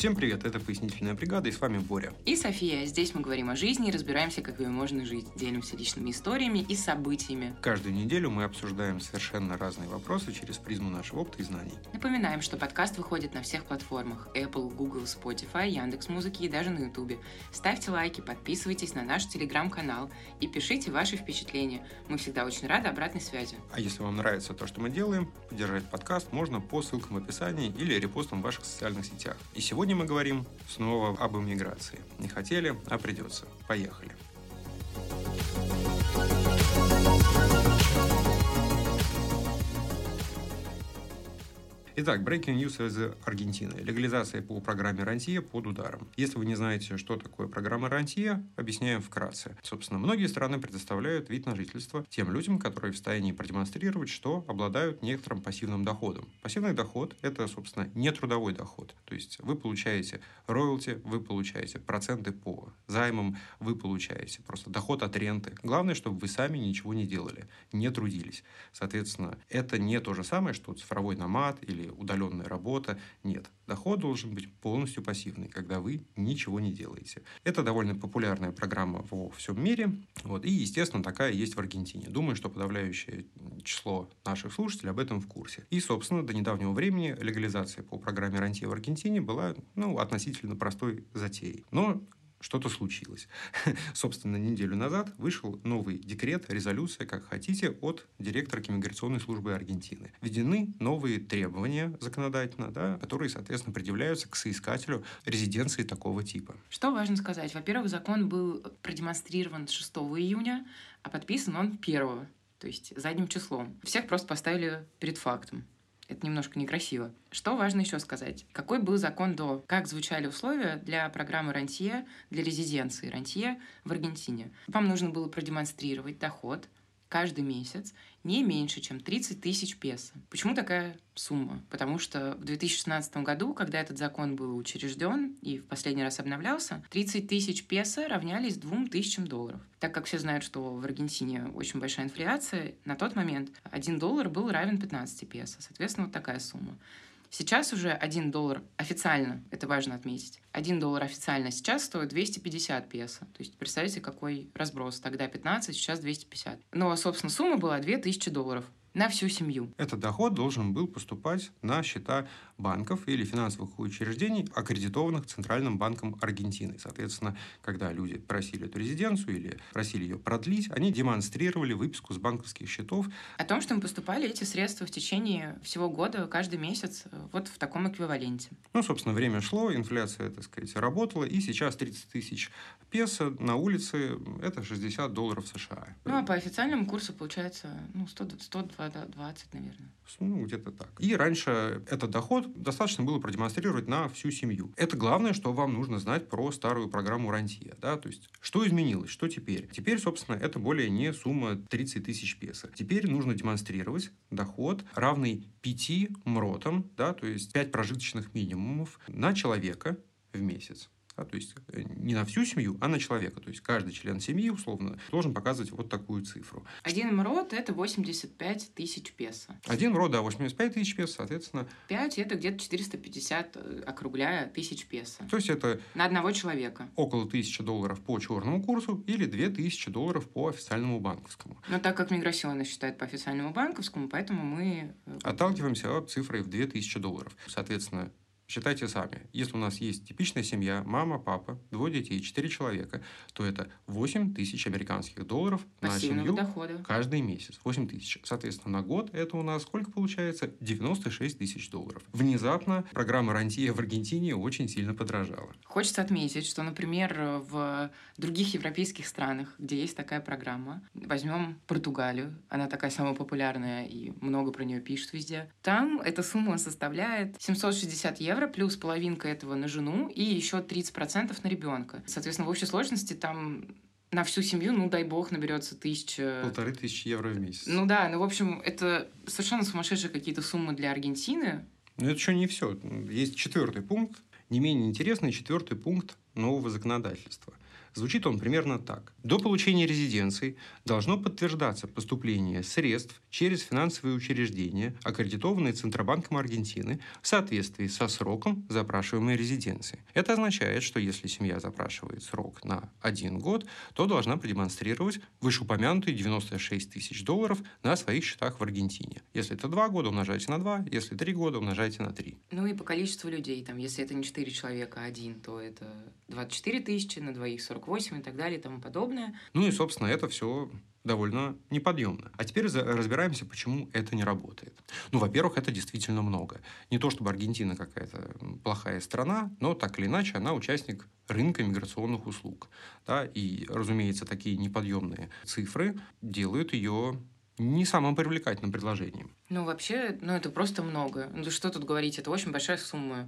Всем привет, это «Пояснительная бригада» и с вами Боря. И София. Здесь мы говорим о жизни и разбираемся, как ее можно жить. Делимся личными историями и событиями. Каждую неделю мы обсуждаем совершенно разные вопросы через призму нашего опыта и знаний. Напоминаем, что подкаст выходит на всех платформах: Apple, Google, Spotify, Яндекс.Музыки и даже на Ютубе. Ставьте лайки, подписывайтесь на наш телеграм-канал и пишите ваши впечатления. Мы всегда очень рады обратной связи. А если вам нравится то, что мы делаем, поддержать подкаст можно по ссылкам в описании или репостам в ваших социальных сетях. И сегодня мы говорим снова об иммиграции. Не хотели, а придется. Поехали. Итак, breaking news из Аргентины. Легализация по программе «Рантье» под ударом. Если вы не знаете, что такое программа «Рантье», объясняем вкратце. Собственно, многие страны предоставляют вид на жительство тем людям, которые в состоянии продемонстрировать, что обладают некоторым пассивным доходом. Пассивный доход – это, собственно, нетрудовой доход. То есть вы получаете роялти, вы получаете проценты по займам, вы получаете просто доход от ренты. Главное, чтобы вы сами ничего не делали, не трудились. Соответственно, это не то же самое, что цифровой номад или удаленная работа. Нет. Доход должен быть полностью пассивный, когда вы ничего не делаете. Это довольно популярная программа во всем мире. И, естественно, такая есть в Аргентине. Думаю, что подавляющее число наших слушателей об этом в курсе. И, собственно, до недавнего времени легализация по программе «Рантье» в Аргентине была, относительно простой затеей. Но что-то случилось. Собственно, неделю назад вышел новый декрет, резолюция, как хотите, от директора иммиграционной службы Аргентины. Введены новые требования законодательно, которые, соответственно, предъявляются к соискателю резиденции такого типа. Что важно сказать? Во-первых, закон был продемонстрирован 6 июня, а подписан он 1, то есть задним числом. Всех просто поставили перед фактом. Это немножко некрасиво. Что важно еще сказать? Какой был закон до? Как звучали условия для программы «Рантье», для резиденции «Рантье» в Аргентине? Вам нужно было продемонстрировать доход каждый месяц не меньше, чем 30 тысяч песо. Почему такая сумма? Потому что в 2016 году, когда этот закон был учрежден и в последний раз обновлялся, 30 тысяч песо равнялись $2000. Так как все знают, что в Аргентине очень большая инфляция, на тот момент $1 был равен 15 песо. Соответственно, вот такая сумма. Сейчас уже $1 официально, это важно отметить, $1 официально сейчас стоит 250 песо. То есть, представьте, какой разброс. Тогда 15, сейчас 250. Но, собственно, сумма была $2000 на всю семью. Этот доход должен был поступать на счета банков или финансовых учреждений, аккредитованных Центральным банком Аргентины. Соответственно, когда люди просили эту резиденцию или просили ее продлить, они демонстрировали выписку с банковских счетов. О том, что им поступали эти средства в течение всего года, каждый месяц, вот в таком эквиваленте. Собственно, время шло, инфляция, работала, и сейчас 30 тысяч песо на улице – это $60 США. А по официальному курсу получается 120, наверное. Где-то так. И раньше этот доход достаточно было продемонстрировать на всю семью. Это главное, что вам нужно знать про старую программу «Рантье». То есть, что изменилось, что теперь? Теперь, собственно, это более не сумма 30 тысяч песо. Теперь нужно демонстрировать доход, равный 5 МРОТам, то есть 5 прожиточных минимумов на человека в месяц. То есть, не на всю семью, а на человека. То есть, каждый член семьи, условно, должен показывать вот такую цифру. 1 МРОТ – это 85 тысяч песо. 1 МРОТ, 85 тысяч песо, соответственно. 5 – это где-то 450, округляя, тысяч песо. То есть, это на одного человека. Около $1000 по черному курсу или $2000 по официальному банковскому. Но так как миграция считает по официальному банковскому, поэтому мы отталкиваемся от цифры в $2000. Соответственно, считайте сами. Если у нас есть типичная семья, мама, папа, 2 детей, 4 человека, то это $8000 американских на семью дохода каждый месяц. 8000. Соответственно, на год это у нас сколько получается? $96 тысяч. Внезапно программа «Рантье» в Аргентине очень сильно подорожала. Хочется отметить, что, например, в других европейских странах, где есть такая программа, возьмем Португалию, она такая самая популярная и много про нее пишут везде, там эта сумма составляет €760 плюс половинка этого на жену и еще 30% на ребенка. Соответственно, в общей сложности там на всю семью, дай бог, наберется 1500 евро в месяц. В общем, это совершенно сумасшедшие какие-то суммы для Аргентины. Но это еще не все. Есть 4-й пункт, не менее интересный 4-й пункт нового законодательства. Звучит он примерно так. До получения резиденции должно подтверждаться поступление средств через финансовые учреждения, аккредитованные Центробанком Аргентины, в соответствии со сроком запрашиваемой резиденции. Это означает, что если семья запрашивает срок на 1 год, то должна продемонстрировать вышеупомянутые $96 тысяч на своих счетах в Аргентине. Если это 2 года, умножайте на 2, если 3 года, умножайте на 3. Ну и по количеству людей, там, если это не 4 человека, а 1, то это 24 тысячи, на двоих 48 и так далее и тому подобное. Ну и, собственно, это все довольно неподъемно. А теперь разбираемся, почему это не работает. Ну, во-первых, это действительно много. Не то чтобы Аргентина какая-то плохая страна, но так или иначе она участник рынка миграционных услуг. Да? И, разумеется, такие неподъемные цифры делают ее не самым привлекательным предложением. Ну, вообще, это просто много. Ну, что тут говорить, это очень большая сумма.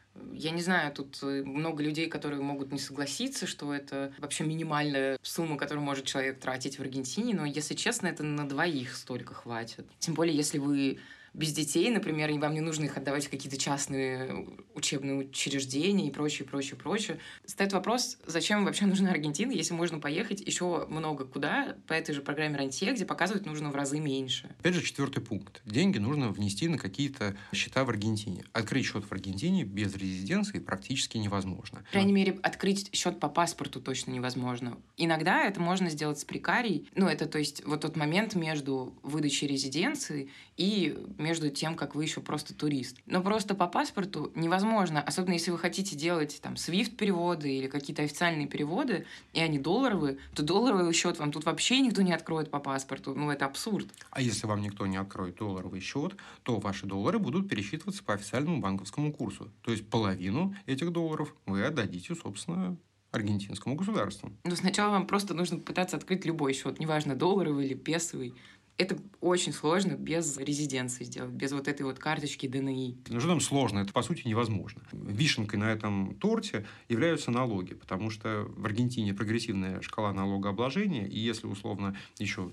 Я не знаю, тут много людей, которые могут не согласиться, что это вообще минимальная сумма, которую может человек тратить в Аргентине, но, если честно, это на двоих столько хватит. Тем более, если вы без детей, например, и вам не нужно их отдавать в какие-то частные учебные учреждения и прочее, прочее, прочее. Стоит вопрос, зачем вообще нужна Аргентина, если можно поехать еще много куда по этой же программе «Рантье», где показывать нужно в разы меньше. Опять же, 4-й пункт. Деньги нужно внести на какие-то счета в Аргентине. Открыть счет в Аргентине без резиденции практически невозможно. По крайней мере, открыть счет по паспорту точно невозможно. Иногда это можно сделать с прекарией. Это, то есть, вот тот момент между выдачей резиденции и между тем, как вы еще просто турист. Но просто по паспорту невозможно, особенно если вы хотите делать там SWIFT-переводы или какие-то официальные переводы, и они долларовые, то долларовый счет вам тут вообще никто не откроет по паспорту. Это абсурд. А если вам никто не откроет долларовый счет, то ваши доллары будут пересчитываться по официальному банковскому курсу. То есть половину этих долларов вы отдадите, собственно, аргентинскому государству. Сначала вам просто нужно пытаться открыть любой счет, неважно, долларовый или песовый. Это очень сложно без резиденции сделать, без вот этой вот карточки ДНИ. Ну, что там сложно? Это, по сути, невозможно. Вишенкой на этом торте являются налоги, потому что в Аргентине прогрессивная шкала налогообложения, и если, условно, еще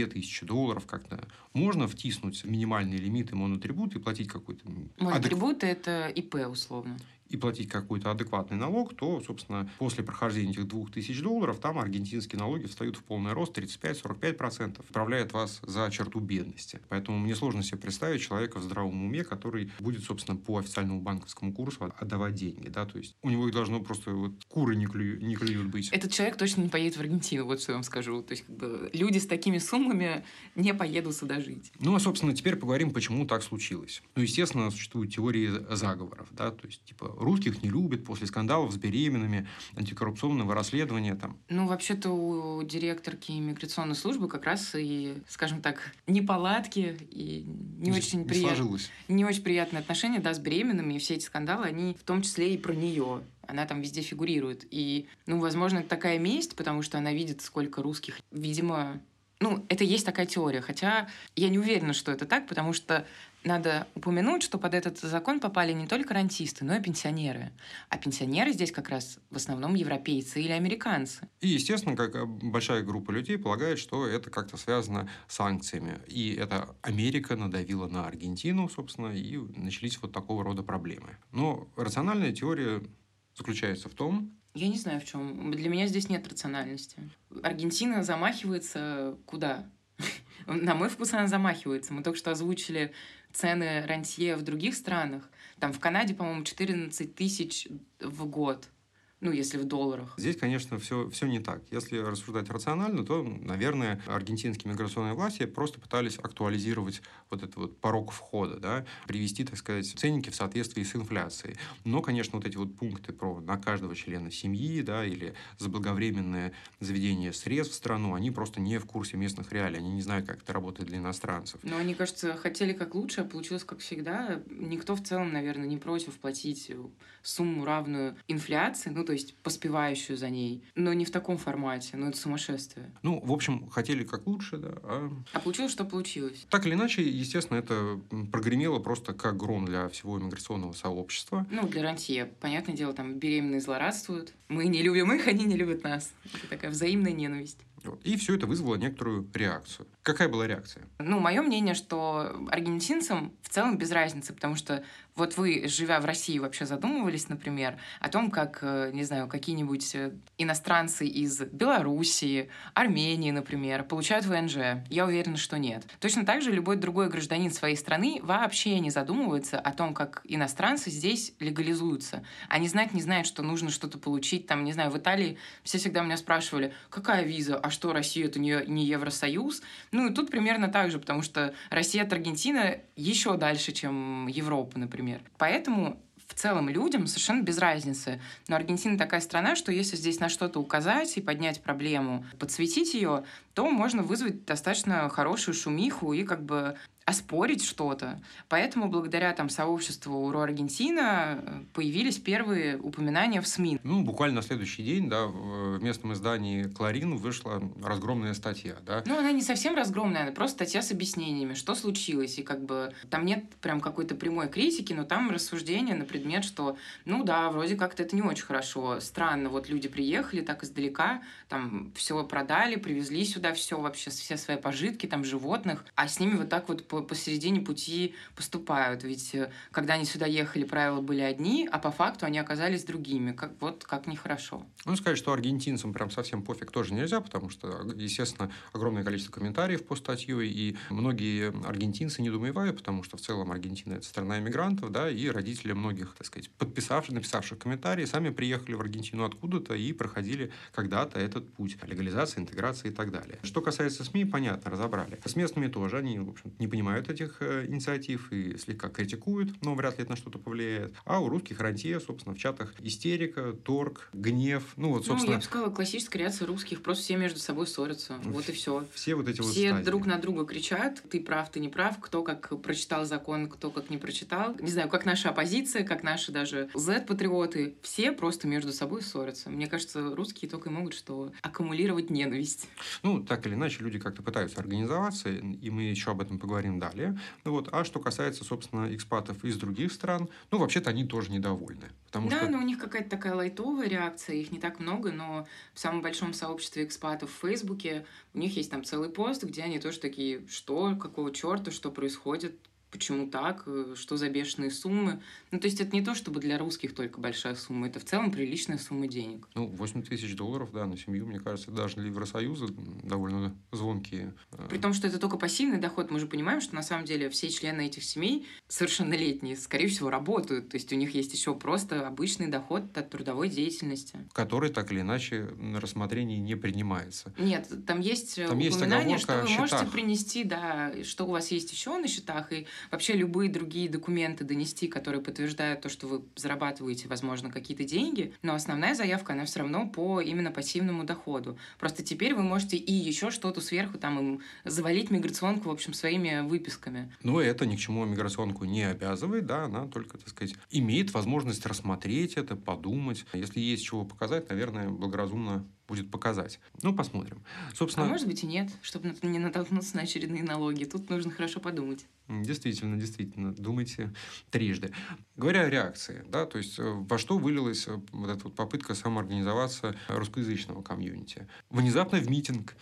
$2000 как-то можно втиснуть минимальные лимиты монотрибута и платить какой-то... Монотрибуты это ИП, условно. И платить какой-то адекватный налог, то, собственно, после прохождения этих $2000 там аргентинские налоги встают в полный рост 35-45%, отправляет вас за черту бедности. Поэтому мне сложно себе представить человека в здравом уме, который будет, собственно, по официальному банковскому курсу отдавать деньги. Да? То есть у него их должно просто куры не клюют быть. Этот человек точно не поедет в Аргентину, вот что я вам скажу. То есть люди с такими суммами не поедут сюда жить. Ну, а, собственно, теперь поговорим, почему так случилось. Естественно, существуют теории заговоров, да, то есть, русских не любят после скандалов с беременными, антикоррупционного расследования там. Вообще-то у директорки иммиграционной службы как раз и, скажем так, неполадки и не очень приятные отношения, с беременными, и все эти скандалы, они в том числе и про нее. Она там везде фигурирует. И, возможно, это такая месть, потому что она видит, сколько русских, видимо... это есть такая теория, хотя я не уверена, что это так, потому что надо упомянуть, что под этот закон попали не только рантисты, но и пенсионеры. А пенсионеры здесь как раз в основном европейцы или американцы. И, естественно, как большая группа людей полагает, что это как-то связано с санкциями. И это Америка надавила на Аргентину, собственно, и начались вот такого рода проблемы. Но рациональная теория заключается в том... Я не знаю, в чем. Для меня здесь нет рациональности. Аргентина замахивается куда? На мой вкус она замахивается. Мы только что озвучили цены рантье в других странах. Там в Канаде, по-моему, 14 тысяч в год. Если в долларах. Здесь, конечно, все не так. Если рассуждать рационально, то, наверное, аргентинские миграционные власти просто пытались актуализировать вот этот порог входа, да, привести, так сказать, ценники в соответствии с инфляцией. Но, конечно, вот эти пункты на каждого члена семьи, да, или заблаговременное заведение средств в страну, они просто не в курсе местных реалий. Они не знают, как это работает для иностранцев. Но они, кажется, хотели как лучше, а получилось как всегда. Никто в целом, наверное, не против платить сумму, равную инфляции, то есть поспевающую за ней, но не в таком формате, это сумасшествие. В общем, хотели как лучше, да. А получилось, что получилось. Так или иначе, естественно, это прогремело просто как гром для всего иммиграционного сообщества. Для рантье. Понятное дело, там беременные злорадствуют. Мы не любим их, они не любят нас. Это такая взаимная ненависть. И все это вызвало некоторую реакцию. Какая была реакция? Мое мнение, что аргентинцам в целом без разницы, потому что вот вы, живя в России, вообще задумывались, например, о том, как, не знаю, какие-нибудь иностранцы из Белоруссии, Армении, например, получают ВНЖ? Я уверена, что нет. Точно так же любой другой гражданин своей страны вообще не задумывается о том, как иностранцы здесь легализуются. Они знать не знают, что нужно что-то получить. Там, не знаю, в Италии все всегда меня спрашивали, какая виза, а что, Россия — это не Евросоюз? И тут примерно так же, потому что Россия от Аргентины еще дальше, чем Европа, например. Поэтому в целом людям совершенно без разницы. Но Аргентина такая страна, что если здесь на что-то указать и поднять проблему, подсветить ее, то можно вызвать достаточно хорошую шумиху и как бы оспорить что-то. Поэтому благодаря сообществу УРО Аргентина появились первые упоминания в СМИ. Буквально на следующий день, да, в местном издании «Кларин» вышла разгромная статья, да. Она не совсем разгромная, она просто статья с объяснениями, что случилось, и как бы там нет прям какой-то прямой критики, но там рассуждения на предмет, что, вроде как-то это не очень хорошо, странно, вот люди приехали так издалека, там все продали, привезли сюда все вообще, все свои пожитки, там животных, а с ними вот так вот посередине пути поступают. Ведь когда они сюда ехали, правила были одни, а по факту они оказались другими. Как нехорошо. Сказать, что аргентинцам прям совсем пофиг тоже нельзя, потому что, естественно, огромное количество комментариев по статье, и многие аргентинцы недоумевают, потому что в целом Аргентина — это страна иммигрантов, да, и родители многих, так сказать, написавших комментарии, сами приехали в Аргентину откуда-то и проходили когда-то этот путь легализации, интеграции и так далее. Что касается СМИ, понятно, разобрали. С местными тоже они, в общем, не понимают этих инициатив и слегка критикуют, но вряд ли это на что-то повлияет. А у русских рантье, собственно, в чатах истерика, торг, гнев. Я бы сказала, классическая реакция русских. Просто все между собой ссорятся. Вот и все. Все вот эти все стадии. Друг на друга кричат. Ты прав, ты не прав. Кто как прочитал закон, кто как не прочитал. Не знаю, как наша оппозиция, как наши даже Z-патриоты. Все просто между собой ссорятся. Мне кажется, русские только и могут что аккумулировать ненависть. Так или иначе, люди как-то пытаются организоваться, и мы еще об этом поговорим далее. А что касается, собственно, экспатов из других стран, вообще-то они тоже недовольны. Но у них какая-то такая лайтовая реакция, их не так много, но в самом большом сообществе экспатов в Фейсбуке у них есть там целый пост, где они тоже такие, что, какого черта, что происходит, почему так, что за бешеные суммы. То есть это не то, чтобы для русских только большая сумма, это в целом приличная сумма денег. $8 тысяч, да, на семью, мне кажется, даже для Евросоюза довольно звонкие. При том, что это только пассивный доход, мы же понимаем, что на самом деле все члены этих семей совершеннолетние, скорее всего, работают. То есть у них есть еще просто обычный доход от трудовой деятельности. Который так или иначе на рассмотрение не принимается. Нет, там есть упоминание, что вы можете принести, да, что у вас есть еще на счетах, и вообще любые другие документы донести, которые подтверждают то, что вы зарабатываете, возможно, какие-то деньги, но основная заявка, она все равно по именно пассивному доходу. Просто теперь вы можете и еще что-то сверху им завалить миграционку, в общем, своими выписками. Это ни к чему миграционку не обязывает, да, она только, так сказать, имеет возможность рассмотреть это, подумать. Если есть чего показать, наверное, благоразумно будет показать. Посмотрим. Собственно... А может быть и нет, чтобы не натолкнуться на очередные налоги. Тут нужно хорошо подумать. Действительно, думайте трижды. Говоря о реакции, да, то есть во что вылилась вот эта попытка самоорганизоваться русскоязычного комьюнити. Внезапно в митинг.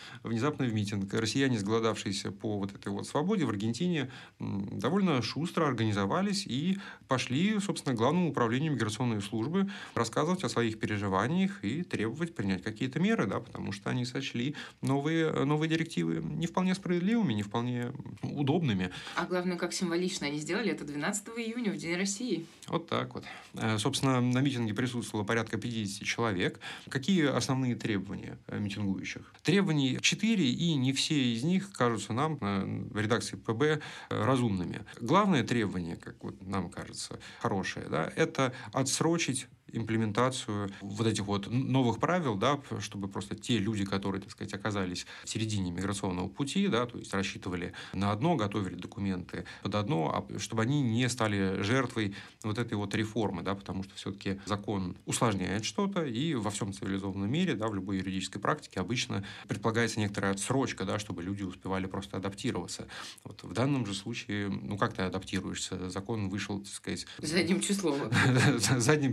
Россияне, сголодавшиеся по вот этой свободе в Аргентине, довольно шустро организовались и пошли, собственно, к Главному управлению миграционной службы рассказывать о своих переживаниях и требовать принять какие-то меры, да, потому что они сочли новые директивы не вполне справедливыми, не вполне удобными. А главное, как символично они сделали это 12 июня, в День России. Вот так вот. Собственно, на митинге присутствовало порядка 50 человек. Какие основные требования митингующих? Требований 4, и не все из них кажутся нам, в редакции ПБ, разумными. Главное требование, как нам кажется, хорошее, да, это отсрочить имплементацию вот этих новых правил, да, чтобы просто те люди, которые, так сказать, оказались в середине миграционного пути, да, то есть рассчитывали на одно, готовили документы под одно, чтобы они не стали жертвой вот этой реформы, да, потому что все-таки закон усложняет что-то, и во всем цивилизованном мире, да, в любой юридической практике обычно предполагается некоторая отсрочка, да, чтобы люди успевали просто адаптироваться. В данном же случае, как ты адаптируешься? Закон вышел, так сказать... Задним числом. Задним числом.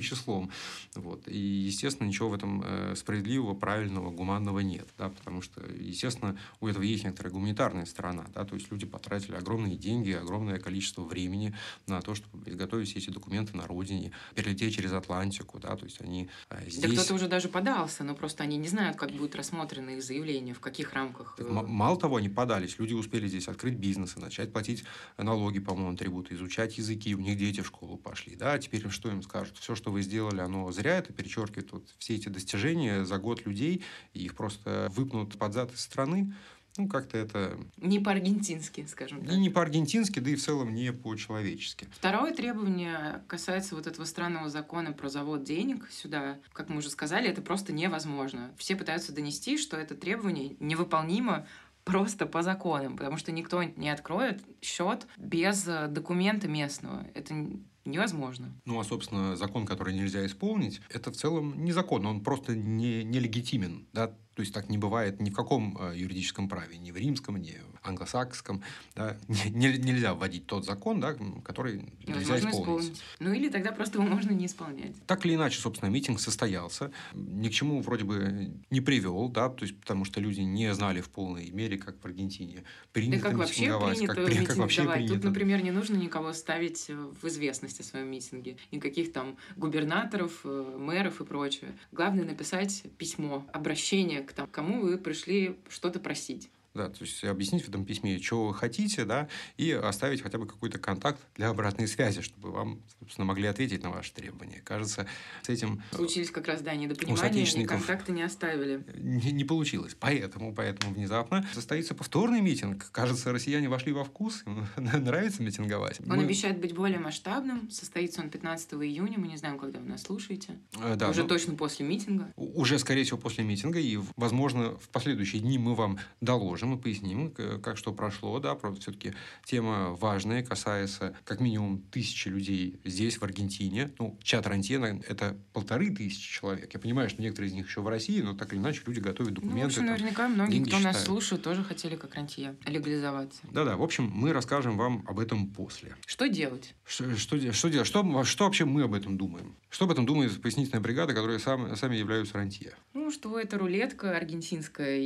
языком. Вот. И, естественно, ничего в этом справедливого, правильного, гуманного нет. Да, потому что, естественно, у этого есть некоторая гуманитарная сторона. Да, то есть люди потратили огромные деньги, огромное количество времени на то, чтобы изготовить все эти документы на родине, перелететь через Атлантику. Да, то есть они здесь... Да кто-то уже даже подался, но просто они не знают, как будут рассмотрены их заявления, в каких рамках. Мало того, они подались. Люди успели здесь открыть бизнесы, начать платить налоги, по-моему, трибуты, изучать языки. У них дети в школу пошли. Да? А теперь что им скажут? Все, что вы сделали, оно зря. Это перечеркивает вот все эти достижения за год людей. И их просто выпнут под зад из страны. Ну, как-то это... Не по-аргентински, скажем так. И не по-аргентински, да и в целом не по-человечески. Второе требование касается вот этого странного закона про завод денег сюда. Как мы уже сказали, это просто невозможно. Все пытаются донести, что это требование невыполнимо просто по законам, потому что никто не откроет счет без документа местного. Это невозможно. Ну, а, собственно, закон, который нельзя исполнить, это в целом не закон, он просто нелегитимен, да. То есть так не бывает ни в каком юридическом праве, ни в римском, ни в англосаксском. Да? Нельзя вводить тот закон, да, который нельзя исполнить. Ну или тогда просто его можно не исполнять. Так или иначе, собственно, митинг состоялся. Ни к чему вроде бы не привел, да, то есть, потому что люди не знали в полной мере, как в Аргентине принято как вообще митинговать. принято как вообще митинговать. принято. Тут, например, не нужно никого ставить в известность о своем митинге. Никаких там губернаторов, мэров и прочее. Главное написать письмо, обращение к тому, кому вы пришли что-то просить. Да, то есть объяснить в этом письме, что вы хотите, да, и оставить хотя бы какой-то контакт для обратной связи, чтобы вам, собственно, могли ответить на ваши требования. Кажется, с этим... Случились как раз, да, недопонимания, и контакты не оставили. Не получилось. Поэтому внезапно состоится повторный митинг. Кажется, россияне вошли во вкус, им нравится митинговать. Он обещает быть более масштабным. Состоится он 15 июня. Мы не знаем, когда вы нас слушаете. Да, уже точно после митинга. Уже, скорее всего, после митинга. И, возможно, в последующие дни мы вам доложим и поясним, как что прошло. Да, просто все-таки тема важная, касается как минимум 1000 людей здесь, в Аргентине. Ну, чат Рантьена – это 1500 человек. Я понимаю, что некоторые из них еще в России, но так или иначе люди готовят документы. Ну, в общем, наверняка многие, кто нас слушает, тоже хотели, как Рантье, легализоваться. Да-да, в общем, мы расскажем вам об этом после. Что делать? Что делать? Что вообще мы об этом думаем? Что об этом думает пояснительная бригада, которые сами являются Рантье? Ну, что это рулетка аргентинская,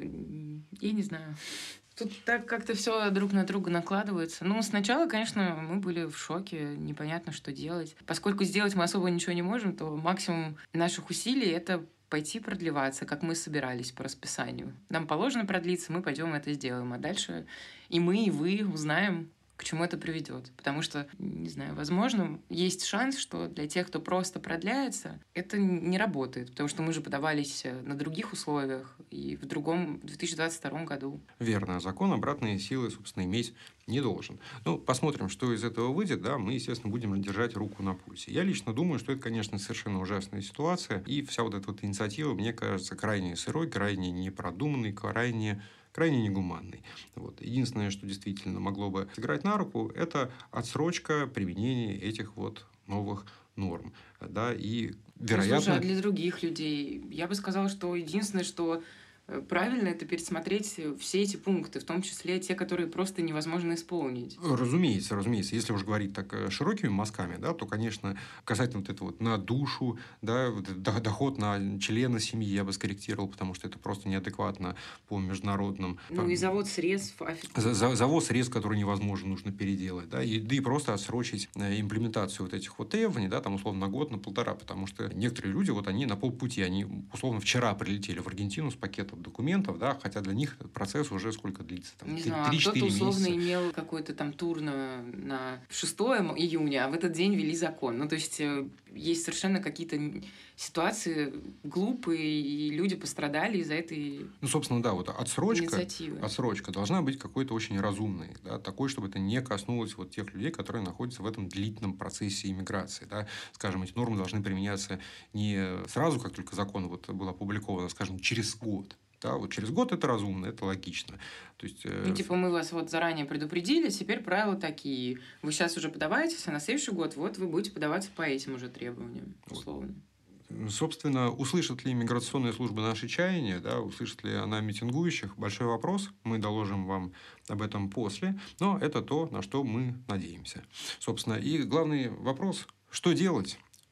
и я не знаю. Тут так как-то все друг на друга накладывается. Ну, сначала, конечно, мы были в шоке, непонятно, что делать. Поскольку сделать мы особо ничего не можем, то максимум наших усилий — это пойти продлеваться, как мы собирались по расписанию. Нам положено продлиться, мы пойдем это сделаем. А дальше и мы, и вы узнаем, к чему это приведет. Потому что, не знаю, возможно, есть шанс, что для тех, кто просто продляется, это не работает. Потому что мы же подавались на других условиях и в другом 2022 году. Верно. Закон обратные силы, собственно, иметь не должен. Ну, посмотрим, что из этого выйдет. Да, мы, естественно, будем держать руку на пульсе. Я лично думаю, что это, конечно, совершенно ужасная ситуация. И вся вот эта вот инициатива, мне кажется, крайне сырой, крайне непродуманной, крайне негуманный. Вот. Единственное, что действительно могло бы сыграть на руку, это отсрочка применения этих вот новых норм. Да, и, вероятно... Ну, слушай, а для других людей? Я бы сказала, что единственное, что правильно, это пересмотреть все эти пункты, в том числе те, которые просто невозможно исполнить. Разумеется. Если уж говорить так широкими мазками, да, то, конечно, касательно вот этого вот на душу, да, доход на члена семьи я бы скорректировал, потому что это просто неадекватно по международным... Ну, и завод средств. Завоз средств, которые невозможно, нужно переделать, да, и просто отсрочить имплементацию вот этих вот требований, да, там, условно, на год, на полтора, потому что некоторые люди, вот они на полпути, они, условно, вчера прилетели в Аргентину с пакетом документов, да, хотя для них этот процесс уже сколько длится? Там, не знаю, кто-то условно имел какой-то там тур на 6 июня, а в этот день ввели закон. Ну, то есть, есть совершенно какие-то ситуации глупые, и люди пострадали из-за этой собственно, да, вот отсрочка должна быть какой-то очень разумной, да, такой, чтобы это не коснулось вот тех людей, которые находятся в этом длительном процессе иммиграции, да. Скажем, эти нормы должны применяться не сразу, как только закон вот был опубликован, а, скажем, через год. Да, вот через год это разумно, это логично. То есть, мы вас вот заранее предупредили, теперь правила такие. Вы сейчас уже подаваетесь, а на следующий год вот вы будете подаваться по этим уже требованиям, условно. Собственно, услышит ли миграционная служба наши чаяния, да, услышит ли она митингующих, большой вопрос. Мы доложим вам об этом после, но это то, на что мы надеемся. Собственно, и главный вопрос, что делать?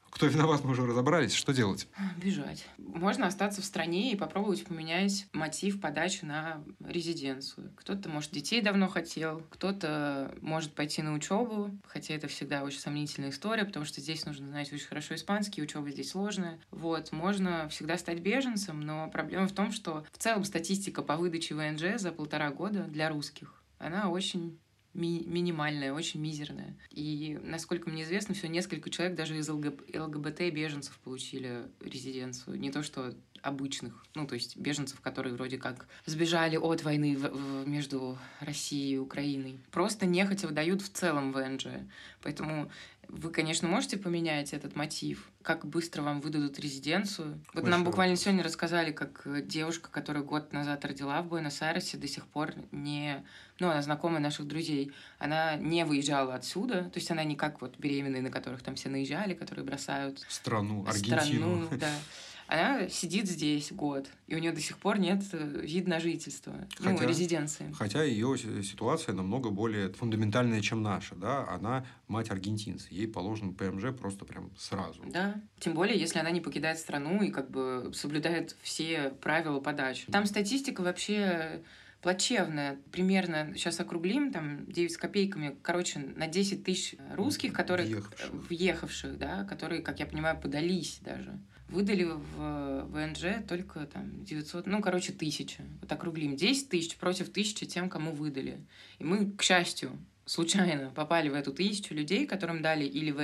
Кто виноват, мы уже разобрались. Что делать? Бежать. Можно остаться в стране и попробовать поменять мотив подачи на резиденцию. Кто-то, может, детей давно хотел, кто-то может пойти на учебу, хотя это всегда очень сомнительная история, потому что здесь нужно знать очень хорошо испанский, учеба здесь сложная. Вот, можно всегда стать беженцем, но проблема в том, что в целом статистика по выдаче ВНЖ за 1,5 года для русских, она очень минимальная, очень мизерная. И, насколько мне известно, всего несколько человек даже из ЛГБТ-беженцев получили резиденцию. Не то, что обычных, ну, то есть беженцев, которые вроде как сбежали от войны между Россией и Украиной. Просто нехотя выдают в целом ВНЖ. Поэтому вы, конечно, можете поменять этот мотив, как быстро вам выдадут резиденцию. Вот нам буквально сегодня рассказали, как девушка, которая год назад родила в Буэнос-Айресе, до сих пор не... Ну, она знакомая наших друзей. Она не выезжала отсюда. То есть она не как вот беременные, на которых там все наезжали, которые бросают... Страну, Аргентину. Страну, да. Она сидит здесь год, и у нее до сих пор нет вида на жительство, резиденции. Хотя ее ситуация намного более фундаментальная, чем наша, да, она мать аргентинца, ей положен ПМЖ просто прям сразу. Да, тем более, если она не покидает страну и как бы соблюдает все правила подачи. Там статистика вообще плачевная. Примерно, сейчас округлим, там 9 с копейками, короче, на 10 тысяч русских, которые въехавших, да, которые, как я понимаю, подались даже. Выдали в ВНЖ только там 900, 1000. Вот округлим. 10 тысяч против 1000 тем, кому выдали. И мы, к счастью, случайно попали в эту 1000 людей, которым дали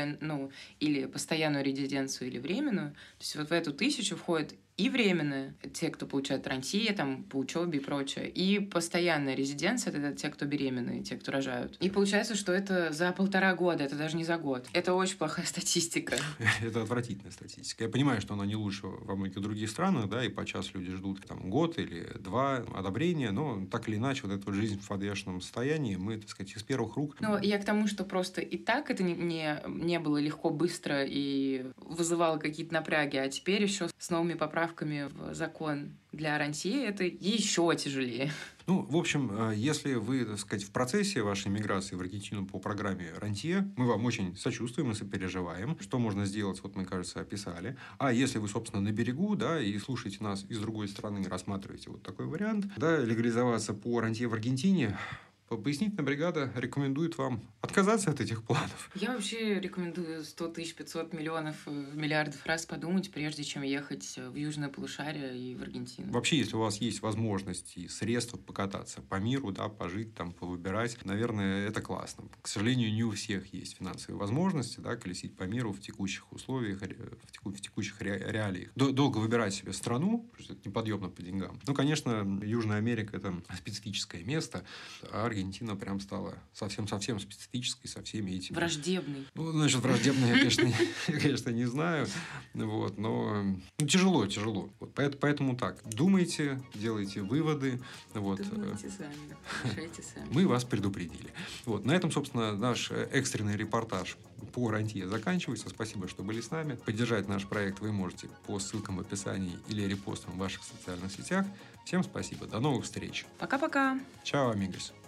или постоянную резиденцию, или временную. То есть вот в эту 1000 входит и временные, те, кто получает рантье, там, по учебе и прочее, и постоянная резиденция, это те, кто беременные, те, кто рожают. И получается, что это за 1,5 года, это даже не за год. Это очень плохая статистика. Это отвратительная статистика. Я понимаю, что она не лучше во многих других странах, да, и подчас люди ждут там год или 2 одобрения, но так или иначе вот эту жизнь в подвешенном состоянии мы, так сказать, из первых рук... Ну, я к тому, что просто и так это не было легко, быстро и вызывало какие-то напряги, а теперь еще с новыми поправками в закон для рантье это еще тяжелее. Ну, в общем, если вы, так сказать, в процессе вашей миграции в Аргентину по программе рантье, мы вам очень сочувствуем и сопереживаем. Что можно сделать, вот мы, кажется, описали. А если вы, собственно, на берегу, да, и слушаете нас из другой страны, рассматриваете вот такой вариант, да, легализоваться по рантье в Аргентине, пояснительная бригада рекомендует вам отказаться от этих планов. Я вообще рекомендую 100 тысяч, 500 миллионов, миллиардов раз подумать, прежде чем ехать в южное полушарие и в Аргентину. Вообще, если у вас есть возможность и средства покататься по миру, да, пожить там, повыбирать, наверное, это классно. К сожалению, не у всех есть финансовые возможности, да, колесить по миру в текущих условиях, в текущих реалиях. Долго выбирать себе страну, потому что это неподъемно по деньгам. Ну, конечно, Южная Америка – это специфическое место, а Аргентина прям стала совсем-совсем специфической со всеми этими... Враждебной. Ну, значит, враждебной я, конечно, не знаю. Вот, но тяжело. Вот, поэтому так. Думайте, делайте выводы. Вот. Думайте сами, решайте сами. Мы вас предупредили. Вот, на этом, собственно, наш экстренный репортаж по рантье заканчивается. Спасибо, что были с нами. Поддержать наш проект вы можете по ссылкам в описании или репостам в ваших социальных сетях. Всем спасибо. До новых встреч. Пока-пока. Чао, амигос.